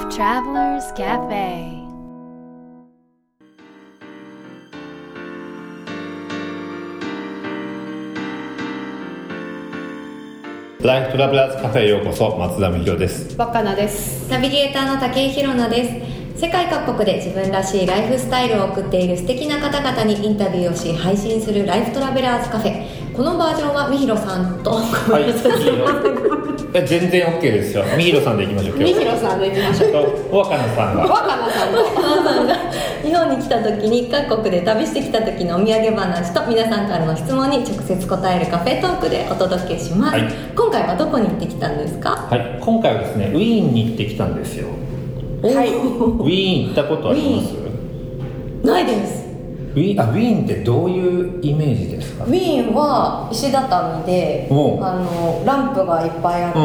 Travelers Cafe。 ライフトラベラーズカフェへようこそ。松田美弘です。 若菜です。 ナビゲーターの竹井宏奈です。世界各国で自分らしいライフスタイルを送っている素敵な方々にインタビューをし配信するライフトラベラーズカフェ。このバージョンはみひろさんとはい、全然 OK ですよ。みひろさんでいきましょう。 みひろさんでいきましょう。 若菜さんが若菜さんと若菜さんが日本に来た時に各国で旅してきた時のお土産話と皆さんからの質問に直接答えるカフェトークでお届けします、はい、今回はどこに行ってきたんですか？ はい、今回はですねウィーンに行ってきたんですよ。 はい、 ウィーン行ったことあります？ ないです。 ウィーンってどういうイメージですか？ ウィーンは石畳でランプがいっぱいあって、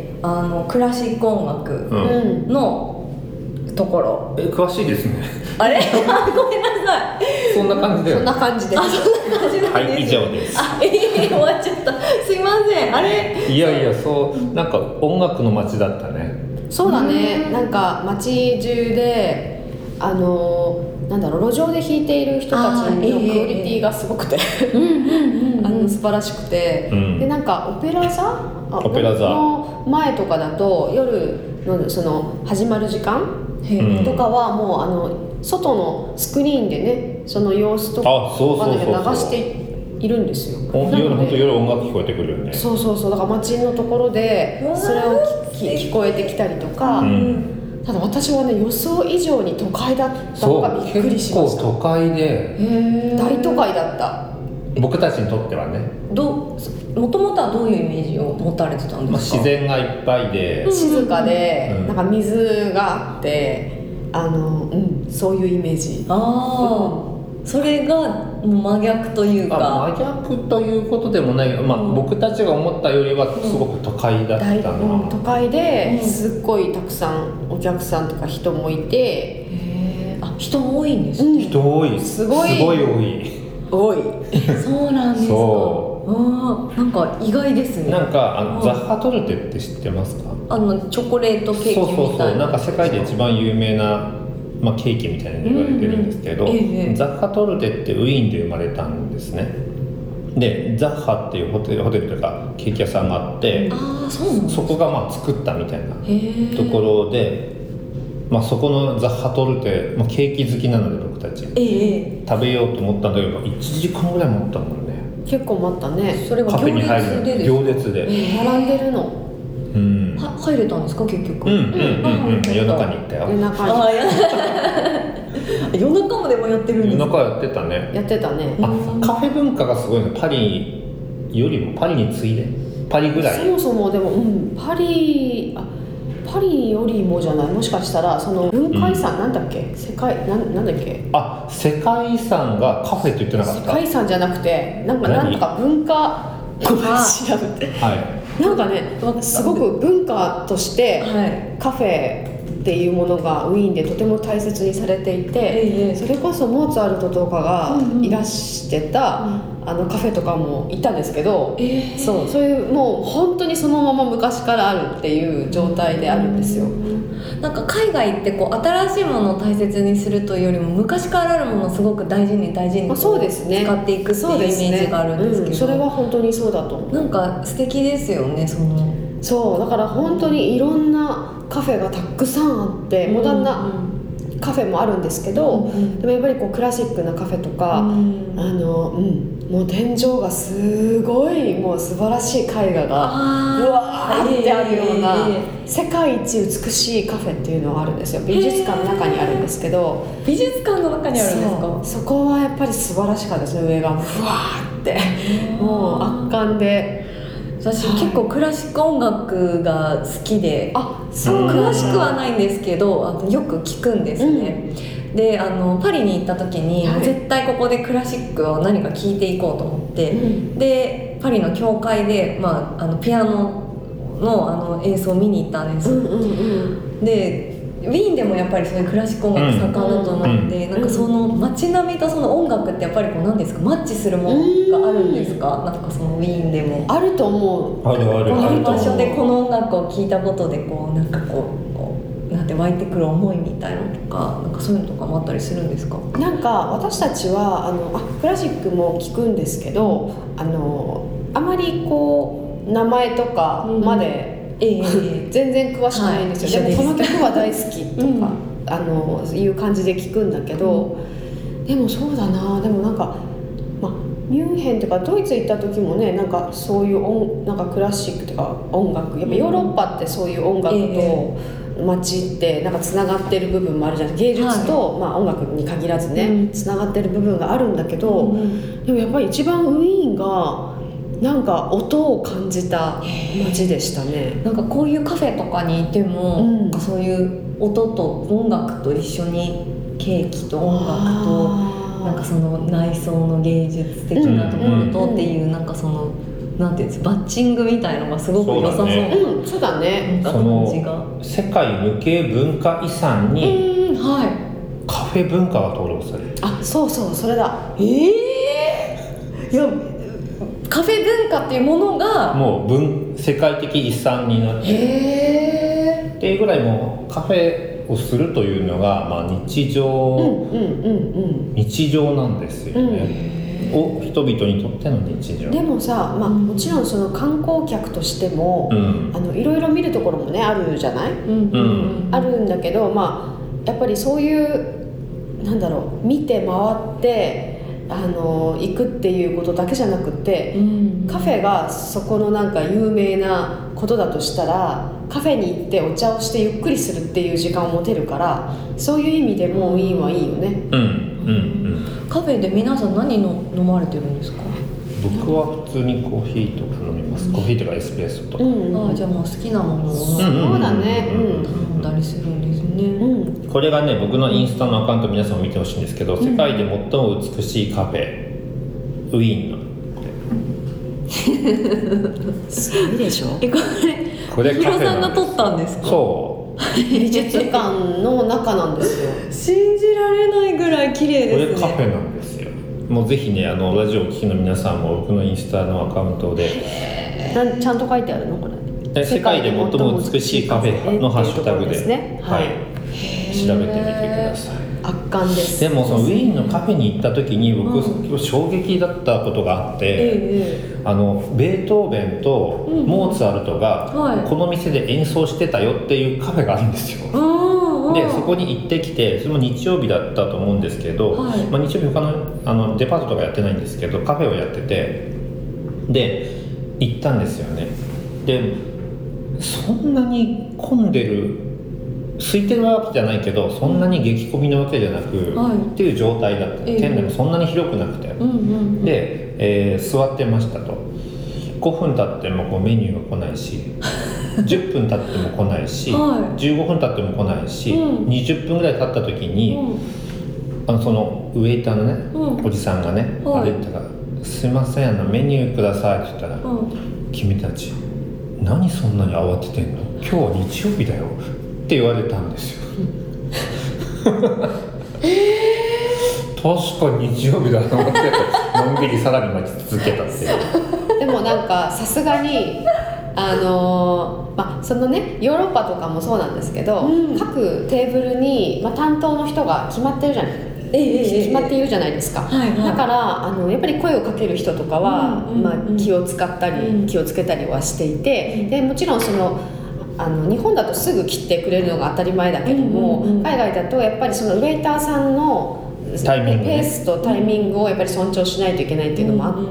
クラシック音楽のところ、 詳しいですね。 あれごめんなさい。 そんな感じで。 そんな感じです。 はい、以上です。 終わっちゃった。すいません。あれ？ いやそうなんか音楽の街だったね。 そうだね。なんか街中でなんだろう、路上で弾いている人たちのクオリティがすごくて素晴らしくて、でなんかオペラ座の前とかだと夜のその始まる時間とかはもう外のスクリーンでねその様子とか流しているんですよ。 夜音楽聞こえてくるよね。 そうだから街のところでそれを聞こえてきたりとか、ただ私はね予想以上に都会だったのがびっくりしました。 結構都会で大都会だった。 僕たちにとってはね。 もともとはどういうイメージを持たれてたんですか？ 自然がいっぱいで静かで、なんか水があってそういうイメージ。 それが真逆というか。 真逆ということでもないけど、僕たちが思ったよりはすごく都会だったな。 都会ですっごいたくさんお客さんとか人もいて、 人も多いんですね。 人多い。 すごい多い。 そうなんですか。なんか意外ですね。 なんかザッハトルテって知ってますか？ チョコレートケーキみたいな。 なんか世界で一番有名なケーキみたいに言われてるんですけど、ザッハトルテってウィーンで生まれたんですね。でザッハっていうホテルというかケーキ屋さんがあって、そこが作ったみたいなところで、そこのザッハトルテ、ケーキ好きなので僕たち、食べようと思ったんだけど1時間ぐらい待ったもんね。 結構待ったね。 それはカフェに入るの行列で並んでるの。 入れたんですか結局？ 夜中に行ったよ。 夜中もでもやってるんですか？ 夜中やってたね。 やってたね。 カフェ文化がすごいね。パリよりもパリに次いでパリぐらい。そもそもでもパリよりもじゃない、もしかしたらその文化遺産なんだっけ、なんだっけ、 世界遺産がカフェって言ってなかった？ 世界遺産じゃなくてなんか文化調べて、なんかねすごく文化としてカフェっていうものがウィーンでとても大切にされていて、それこそモーツァルトとかがいらしてたカフェとかも行ったんですけど、そういうもう本当にそのまま昔からあるっていう状態であるんですよ。 なんか海外って新しいものを大切にするというよりも昔からあるものをすごく大事にそうですね、 使っていくっていうイメージがあるんですけど、 それは本当にそうだと思う。 なんか素敵ですよね。 そうだから本当にいろんなカフェがたくさんあって、モダンなカフェもあるんですけど、でもやっぱりクラシックなカフェとか、もう天井がすごいもう素晴らしい絵画がうわーってあるような世界一美しいカフェっていうのがあるんですよ。美術館の中にあるんですけど。 美術館の中にあるんですか？ そこはやっぱり素晴らしかったですね。上がふわーってもう圧巻で、 私結構クラシック音楽が好きで、詳しくはないんですけどよく聞くんですね、でパリに行った時に、絶対ここでクラシックを何か聴いていこうと思って、でパリの教会で、ピアノの演奏を見に行ったんです、でウィーンでもやっぱりそういうクラシック音楽盛んだと思って、なんかその街並みとその音楽ってやっぱり何ですか、マッチするものがあるんですか？なんかそのウィーンでもあると思う。 あるこの場所でこの音楽を聴いたことでなんかなんて湧いてくる思いみたいなのとか、なんかそういうのとかもあったりするんですか？ なんか私たちはクラシックも聴くんですけど、あまりこう名前とかまで、全然詳しくないんですよ、でもこの曲は大好きとか、いう感じで聴くんだけど、でもそうだな、でもなんか、ミュンヘンとかドイツ行った時もね、なんかそういうなんかクラシックとか音楽、やっぱヨーロッパってそういう音楽と街ってなんかつながってる部分もあるじゃない、芸術と、音楽に限らずね、つながってる部分があるんだけど、でもやっぱり一番ウィーンがなんか音を感じた街でしたね。 なんかこういうカフェとかにいても、そういう音と音楽と一緒にケーキと音楽となんかその内装の芸術的なところとっていう、なんかそのなんていうんですか、バッチングみたいのがすごく良さそうな、 そうだね、 その世界無形文化遺産にカフェ文化が登録される。 そうそれだ。 いやカフェ文化っていうものがもう世界的遺産になってるっていうぐらい、もうカフェをするというのが、日常なんですよね、人々にとっての日常。 でもさ、もちろんその観光客としても、いろいろ見るところもねあるじゃない、あるんだけど、やっぱりそういうなんだろう、見て回って行くっていうことだけじゃなくて、カフェがそこのなんか有名なことだとしたら、カフェに行ってお茶をしてゆっくりするっていう時間を持てるから、そういう意味でもウィーンはいいよね。 カフェで皆さん何の飲まれてるんですか？ 僕は普通にコーヒーとか飲みます、コーヒーとかエスプレッソとか、 じゃあもう好きなものをそうだね、 頼んだりするんですね。 これがね、僕のインスタのアカウント皆さんも見てほしいんですけど、世界で最も美しいカフェウィーンのすごいでしょ。 これヒロさんが撮ったんですか？ そう美術館の中なんですよ。 信じられないぐらい綺麗ですね。 これカフェなんですよ。もうぜひね、ラジオを聴きの皆さんも僕のインスタのアカウントでちゃんと書いてあるのこれ。 世界で最も美しいカフェのハッシュタグで、調べてみてください。 圧巻です。 でもそのウィーンのカフェに行った時に僕、衝撃だったことがあって、ベートーベンとモーツァルトがこの店で演奏してたよっていうカフェがあるんですよ。でそこに行ってきて、それも日曜日だったと思うんですけど、日曜日他のデパートとかやってないんですけど、カフェをやってて、で行ったんですよね。でそんなに混んでる、空いてるわけじゃないけど、そんなに激混みなわけじゃなく、っていう状態だった。店内もそんなに広くなくて、で、座ってましたと。5分経ってもメニューが来ないし10分経っても来ないし、15分経っても来ないし、20分ぐらい経った時に、そのウェイターのね、おじさんがね、歩いたら「すいません、メニューください」って言ったら「君たち何そんなに慌ててんの？今日は日曜日だよ」って言われたんですよ。確かに日曜日だなってのんびりさらに待ち続けたっていう。 でもなんかさすがにそのね、ヨーロッパとかもそうなんですけど、各テーブルに、担当の人が決まってるじゃない、決まっているじゃないですか、だからやっぱり声をかける人とかは、気を使ったり気をつけたりはしていて、でもちろんその日本だとすぐ切ってくれるのが当たり前だけども、海外だとやっぱりそのウェイターさんのペースとタイミングをやっぱり尊重しないといけないっていうのもあって、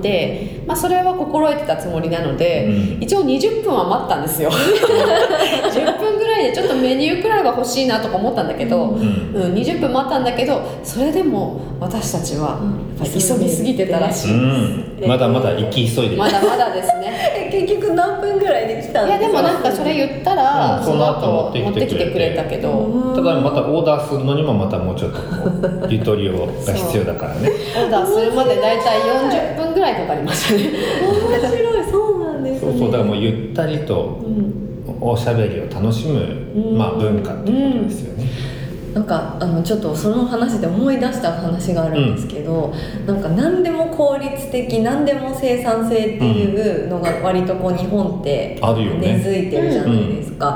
それは心得てたつもりなので、一応20分は待ったんですよ。10分ぐらいでちょっとメニューくらいは欲しいなとか思ったんだけど、20分待ったんだけど、それでも私たちはやっぱり急ぎすぎてたらしいです。 まだまだ行き急いでまだまだですね。 結局何分ぐらいで来たんですか？ いやでもなんかそれ言ったら、その後持ってきてくれたけど、 ただまたオーダーするのにもまたもうちょっとゆとりが必要だからね。 オーダーするまでだいたい40分ぐらいかかりましたね。 面白い。そうなんですね。 そうだからもうゆったりとおしゃべりを楽しむ、文化っていうことですよね。 なんかちょっとその話で思い出した話があるんですけど、なんか何でも効率的、何でも生産性っていうのが割と日本って根付いてるじゃないですか。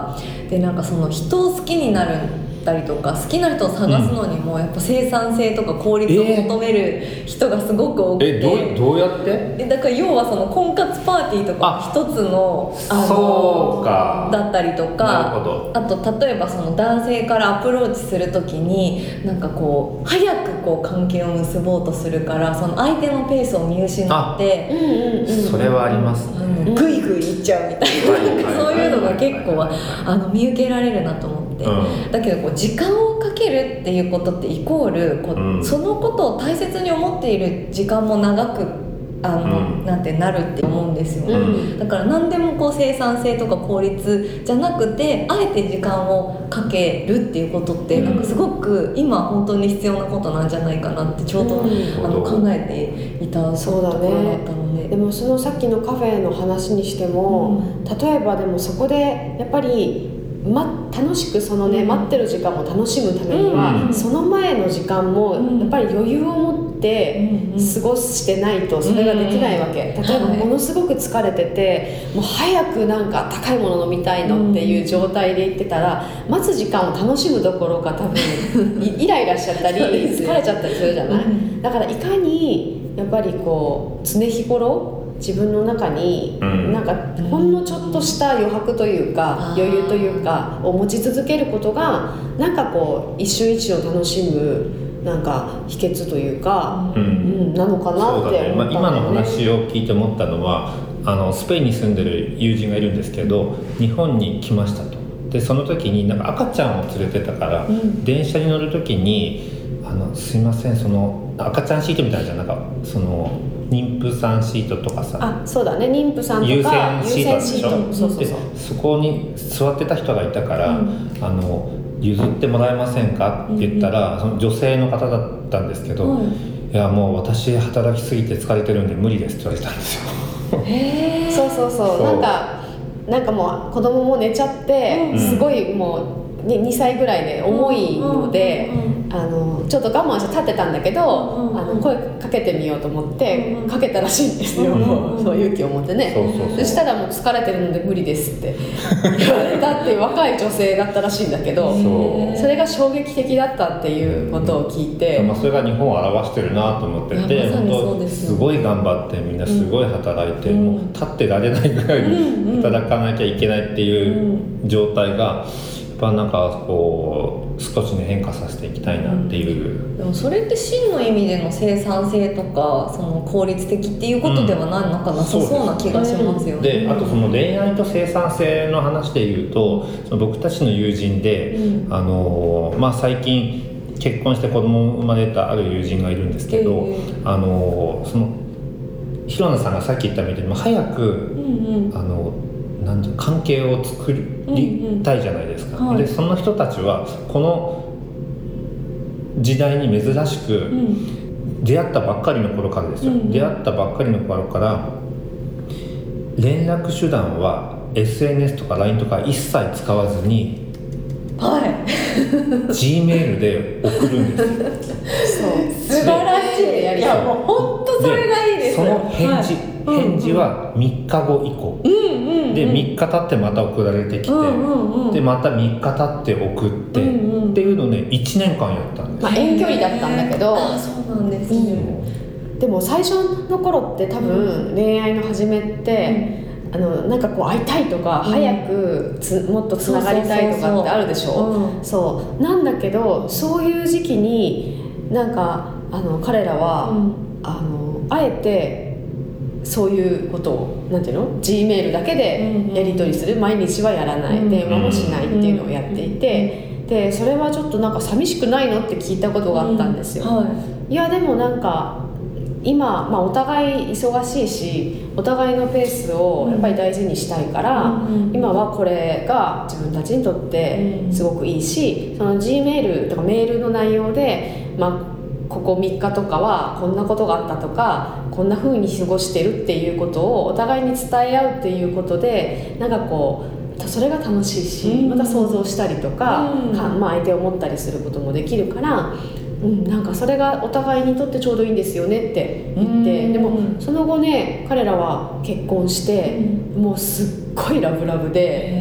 でなんかその人を好きになるたりとか好きな人を探すのにもやっぱ生産性とか効率を求める人がすごく多くて、 どうやってだから要はその婚活パーティーとか一つのそうかだったりとか、あと例えばその男性からアプローチするときになんかこう早くこう関係を結ぼうとするからその相手のペースを見失って、 それはありますね、 グイグイいっちゃうみたいなそういうのが結構見受けられるなと思って、だけどこう時間をかけるっていうことってイコールこう、そのことを大切に思っている時間も長くなんてなるって思うんですよ、だから何でもこう生産性とか効率じゃなくてあえて時間をかけるっていうことってなんかすごく今本当に必要なことなんじゃないかなってちょうど、考えていたところだったので、 でもそのさっきのカフェの話にしても、例えばでもそこでやっぱり楽しくそのね、待ってる時間も楽しむためには、その前の時間もやっぱり余裕を持って過ごしてないとそれができないわけ、例えばものすごく疲れててもう早くなんか高いもの飲みたいのっていう状態で行ってたら、待つ時間を楽しむどころか多分イライラしちゃったり疲れちゃったりするじゃない、だからいかにやっぱりこう常日頃自分の中になんかほんのちょっとした余白というか余裕というかを持ち続けることがなんかこう一瞬一瞬を楽しむなんか秘訣というか、なのかなって思ったんだよね。 今の話を聞いて思ったのはスペインに住んでる友人がいるんですけど、日本に来ましたと。でその時になんか赤ちゃんを連れてたから、電車に乗る時にすいませんその赤ちゃんシートみたいなじゃん、なんかその妊婦さんシートとかさ、 そうだね、妊婦さんとか優先シートでしょ、 そうでそこに座ってた人がいたから、譲ってもらえませんかって言ったら、その女性の方だったんですけど、いやもう私働きすぎて疲れてるんで無理ですって言われたんですよ。 そうなんかもう子供も寝ちゃって、すごいもう2歳ぐらいで重いので、ちょっと我慢して立ってたんだけど、声かけてみようと思ってかけたらしいんですよ、そう勇気を持ってね。そしたらもう疲れてるので無理ですって言われたっていう若い女性だったらしいんだけど、それが衝撃的だったっていうことを聞いて、 それが日本を表してるなと思ってて、本当すごい頑張ってみんなすごい働いて、もう立ってられないぐらい働かなきゃいけないっていう状態がなんかこう少しね変化させていきたいなっていう、 でもそれって真の意味での生産性とかその効率的っていうことではないのかなさそうな気がしますよね。 であとその恋愛と生産性の話でいうと、その僕たちの友人で、最近結婚して子供生まれたある友人がいるんですけど、その広野さんがさっき言ったみたいに早く、関係を作りたいじゃないですか、でその人たちはこの時代に珍しく出会ったばっかりの頃からですよ、出会ったばっかりの頃から連絡手段は SNS とか LINE とか一切使わずに、G メールで送るんですよ。 素晴らしい。いやもう本当それがいいです。 その返事は3日後以降、で3日経ってまた送られてきて、でまた3日経って送って、っていうのをね1年間やったんです。 遠距離だったんだけど、 そうなんですね、 でも最初の頃って多分恋愛の始めって、なんかこう会いたいとか、早くもっとつながりたいとかってあるでしょ。そうなんだけど、そういう時期になんか彼らは、あえてそういうことをなんていうの G メールだけでやり取りする、毎日はやらない、電話もしないっていうのをやっていて、でそれはちょっとなんか寂しくないのって聞いたことがあったんですよ、いやでもなんか今、お互い忙しいしお互いのペースをやっぱり大事にしたいから、今はこれが自分たちにとってすごくいいし、その G メールとかメールの内容でここ3日とかはこんなことがあったとか、こんな風に過ごしてるっていうことをお互いに伝え合うっていうことで、なんかこうそれが楽しいし、また想像したりとか、相手を思ったりすることもできるから、なんかそれがお互いにとってちょうどいいんですよねって言って、でもその後ね彼らは結婚して、もうすっごいラブラブで、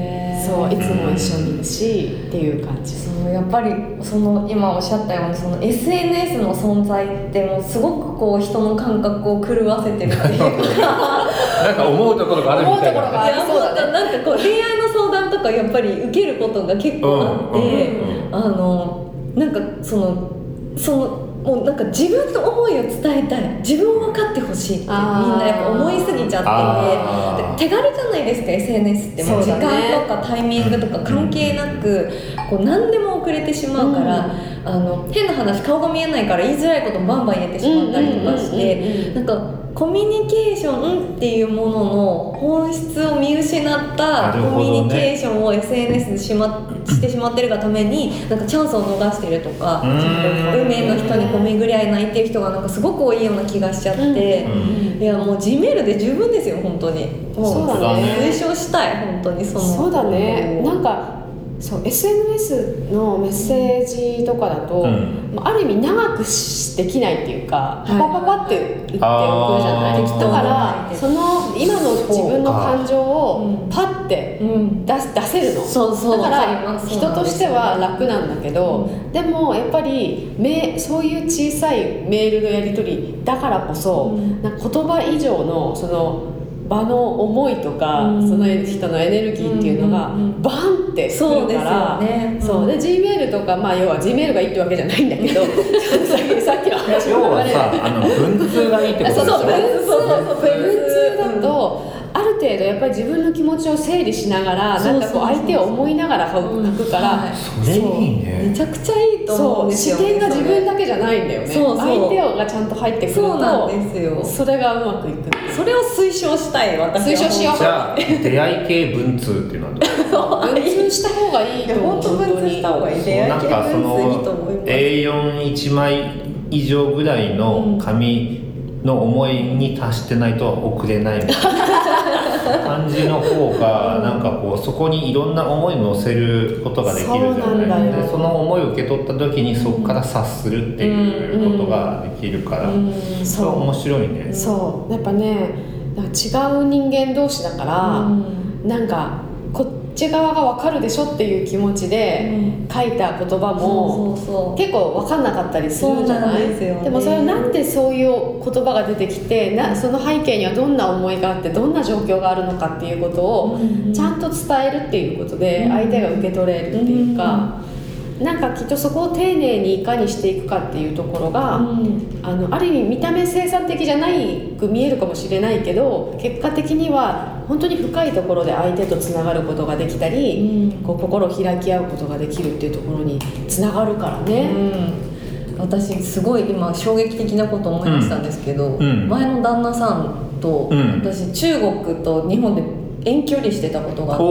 そういつも一緒にいるしっていう感じ。 そうやっぱりその今おっしゃったようにその SNS の存在ってもうすごくこう人の感覚を狂わせてるっていうかなんか思うところがあるみたいな。 ありそうだね。 なんかこう恋愛の相談とかやっぱり受けることが結構あって、なんかそのもうなんか自分の思いを伝えたい、自分を分かってほしいってみんなやっぱ思いすぎちゃってて、手軽じゃないですか SNS ってもう時間とかタイミングとか関係なくこう何でも遅れてしまうから、変な話顔が見えないから言いづらいこともバンバン言えてしまったりとかしてなんかコミュニケーションっていうものの本質を見失ったコミュニケーションを SNS でしてしまってるがためになんかチャンスを逃してるとか運命の人にこう巡り合えないっていう人がなんかすごく多いような気がしちゃって、いやもう Gmail で十分ですよ本当に。もうそうだね。 推奨したい本当にそうだね。なんかそう SNS のメッセージとかだと、ある意味長くできないっていうか、パパパパって言っておくじゃない。だからその今の自分の感情をパッて出せるの。だから人としては楽なんだけど、でもやっぱりそういう小さいメールのやり取りだからこそ、なんか言葉以上のその場の思いとか、その人のエネルギーっていうのがバンってくるから、そうで Gmail とか、要は Gmail がいいってわけじゃないんだけどさっきの話要はさ文通がいいってことでしょ。 そう文通だとある程度やっぱり自分の気持ちを整理しながらなんかこう相手を思いながら書くから、 それいいね。 めちゃくちゃいいと思うんですよ。 視点が自分だけじゃないんだよね。相手がちゃんと入ってくるとそうなんですよ。 それがうまくいく。 それを推奨したい私は。 推奨しよう。 じゃあ出会い系文通っていうのは文通した方がいいと思う。 本当文通した方がいい。出会い系文通いいと思います。 A41 枚以上ぐらいの紙の思いに達してないと送れないみたいな感じの方がなんかこうそこにいろんな思いを乗せることができるじゃない。でその思いを受け取った時にそこから察するっていうことができるから、そう面白いね。 そうやっぱね違う人間同士だから、なんかこっち側が分かるでしょっていう気持ちで書いた言葉も結構分かんなかったりするじゃない。でもそれはなんでそういう言葉が出てきてその背景にはどんな思いがあってどんな状況があるのかっていうことをちゃんと伝えるっていうことで相手が受け取れるっていうか、なんかきっとそこを丁寧にいかにしていくかっていうところが、ある意味見た目生産的じゃないく見えるかもしれないけど結果的には本当に深いところで相手とつながることができたり、こう心を開き合うことができるっていうところにつながるからね。 私すごい今衝撃的なこと思い出したんですけど、前の旦那さんと、私中国と日本で遠距離してたことがあって、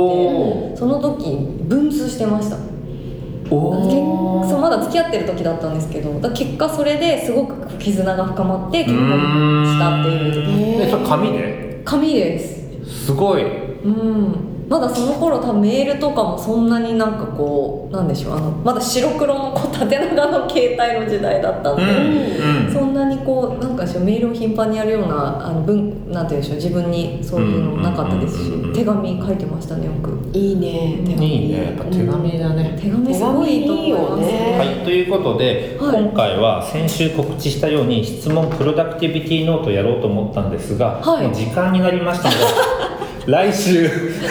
その時文通してました。そうまだ付き合ってる時だったんですけど、結果それですごく絆が深まって結婚したっていう。 それ紙で？ 紙です。 すごい。 まだその頃多分メールとかもそんなになんかこうなんでしょうまだ白黒のこう縦長の携帯の時代だったんで、そんなにこうなんかメールを頻繁にやるようななんていうんでしょう自分にそういうのなかったですし、手紙書いてましたねよく。 いいね。 いいね。やっぱ手紙だね。 手紙すごいいいと思いますね。 はい、ということで、今回は先週告知したように質問プロダクティビティノートやろうと思ったんですが、もう時間になりましたので来週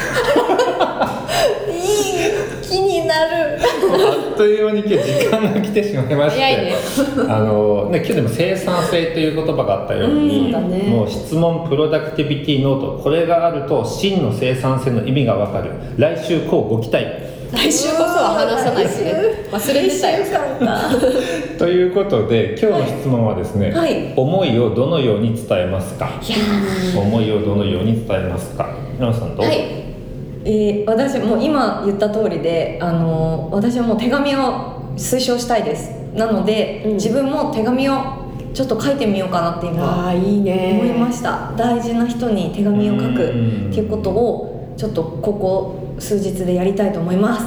気になるあっという間に今日時間が来てしまいまして、 早いね。 今日でも生産性という言葉があったように、もう質問プロダクティビティノート、これがあると真の生産性の意味がわかる。来週こうご期待。 来週こそは話さないしね。忘れてたよ。 ということで今日の質問はですね、思いをどのように伝えますか。思いをどのように伝えますか。皆さんどうぞ。 私も今言った通りで、私はもう手紙を推奨したいです。なので、自分も手紙をちょっと書いてみようかなって今いいね思いました。大事な人に手紙を書くっていうことをちょっとここ数日でやりたいと思います。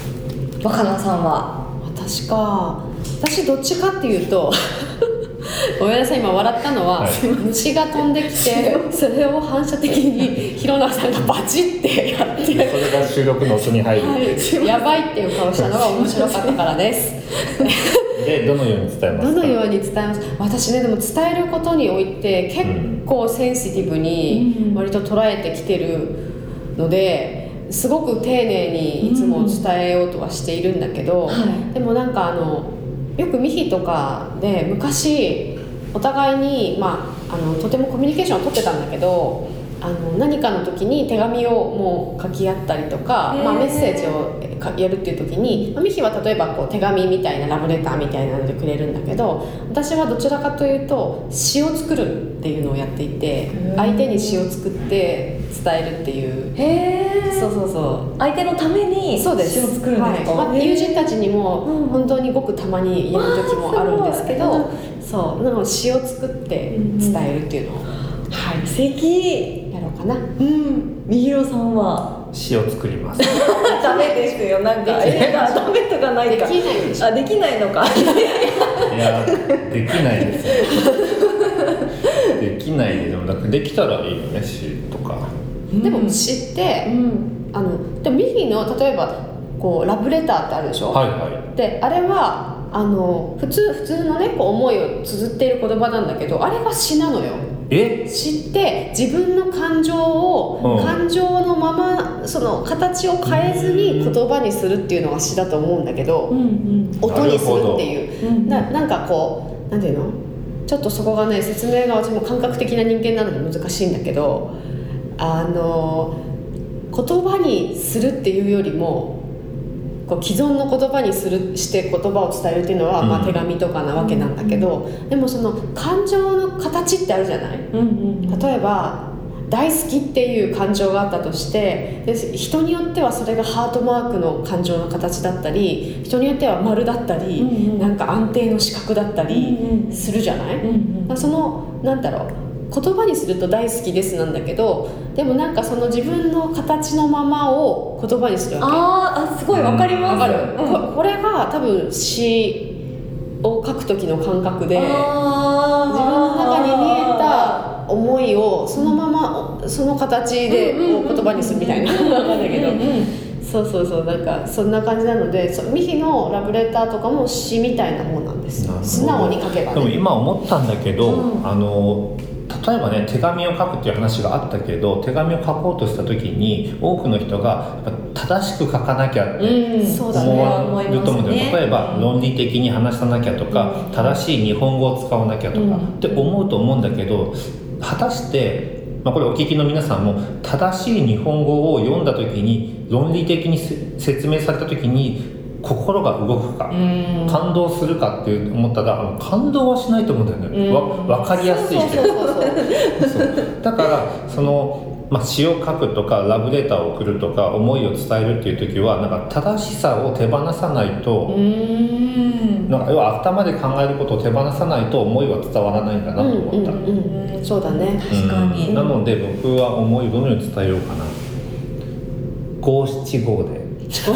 若菜さんは？ 私どっちかっていうとごめんなさい、今笑ったのは、虫が飛んできてそれを反射的に弘中さんがバチってやって、 それが収録の音に入るっていう、 やばいっていう顔したのが面白かったからですでどのように伝えますか？ どのように伝えます？私ね、でも伝えることにおいて結構センシティブに割と捉えてきてるので、すごく丁寧にいつも伝えようとはしているんだけど、でもなんかよくミヒとかで昔お互いに、とてもコミュニケーションを取ってたんだけど、何かの時に手紙をもう書き合ったりとか、メッセージをやるっていう時に、ミヒは例えばこう手紙みたいなラブレターみたいなのでくれるんだけど、私はどちらかというと詩を作るっていうのをやっていて、相手に詩を作って伝えるっていう。そう相手のために詩を作るんですか？ 友人たちにも本当にごくたまに言える時もあるんですけど、そうなの詩を作って伝えるっていうのを、 素敵やろうかな。 みひろさんは詩を作ります。 ダメですよ、なんかダメとかないか。 できないでしょ。 できないのか。 いや、できないですよ。できないで、でもできたらいいよね、詩とか。 でも詩って、でもミヒの例えばこうラブレターってあるでしょ。であれは普通のね、こう思いを綴っている言葉なんだけど、あれが詩なのよ。詩って自分の感情を、感情のままその形を変えずに言葉にするっていうのが詩だと思うんだけど、音にするっていう、なんかこうなんていうの、ちょっとそこがね、説明が私も感覚的な人間なので難しいんだけど、言葉にするっていうよりもこう既存の言葉にして言葉を伝えるっていうのは、手紙とかなわけなんだけど、でもその感情の形ってあるじゃない。例えば大好きっていう感情があったとして、で人によってはそれがハートマークの感情の形だったり、人によっては丸だったり、なんか安定の四角だったりするじゃない。そのなんだろう、言葉にすると大好きですなんだけど、でもなんかその自分の形のままを言葉にするわけ。 すごいわかります。 わかる。これが多分詩を書く時の感覚で、自分の中に見えた思いをそのままその形で言葉にするみたいななんだけど、そうなんかそんな感じなので、ミヒのラブレターとかも詩みたいなもんなんですよ。素直に書けばね。 でも今思ったんだけど、例えばね、手紙を書くっていう話があったけど、手紙を書こうとした時に多くの人が正しく書かなきゃって思われると思うんだよ。例えば論理的に話さなきゃとか、正しい日本語を使わなきゃとかって思うと思うんだけど、果たしてこれお聞きの皆さんも正しい日本語を読んだ時に、論理的に説明された時に心が動くか、感動するかって思ったら、感動はしないと思うんだよね。分かりやすい人。だからその、詩を書くとかラブレターを送るとか思いを伝えるっていう時は、なんか正しさを手放さないと、なんか要は頭で考えることを手放さないと思いは伝わらないんだなと思った。 そうだね、 確かに。 なので僕は思いをどのように伝えようかな。五七五で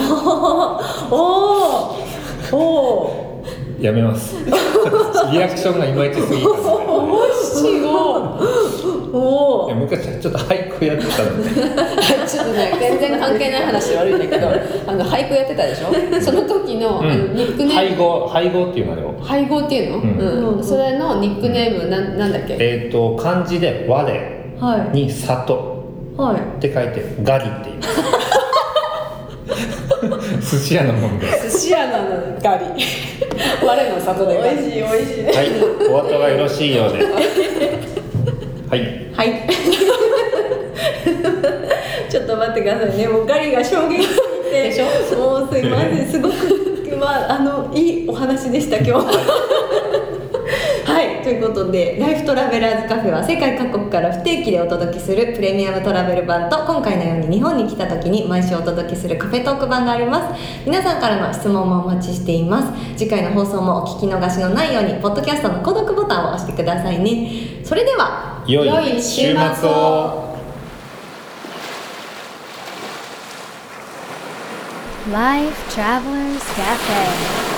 やめます。リアクションがいまいちすぎたので。昔ちょっと俳句やってたのでちょっとね、全然関係ない話で悪いんだけど、俳句やってたでしょ。その時の、ニックネーム、 配合っていうのあれを配合っていうの、それのニックネームなんだっけ。 漢字で我に里って書いてガリって言います。寿司屋のもんで。 寿司屋のガリ。我の里でガリ。 美味しい。 はい、お後がよろしいようで。はい。 ちょっと待ってくださいね。もうガリが衝撃すぎて。 でしょ。 もうすいません。すごくいいお話でした今日。はい、ということでライフトラベラーズカフェは世界各国から不定期でお届けするプレミアムトラベル版と、今回のように日本に来た時に毎週お届けするカフェトーク版があります。皆さんからの質問もお待ちしています。次回の放送もお聞き逃しのないようにポッドキャストの購読ボタンを押してくださいね。それでは良い週末を。 Life Travelers Cafe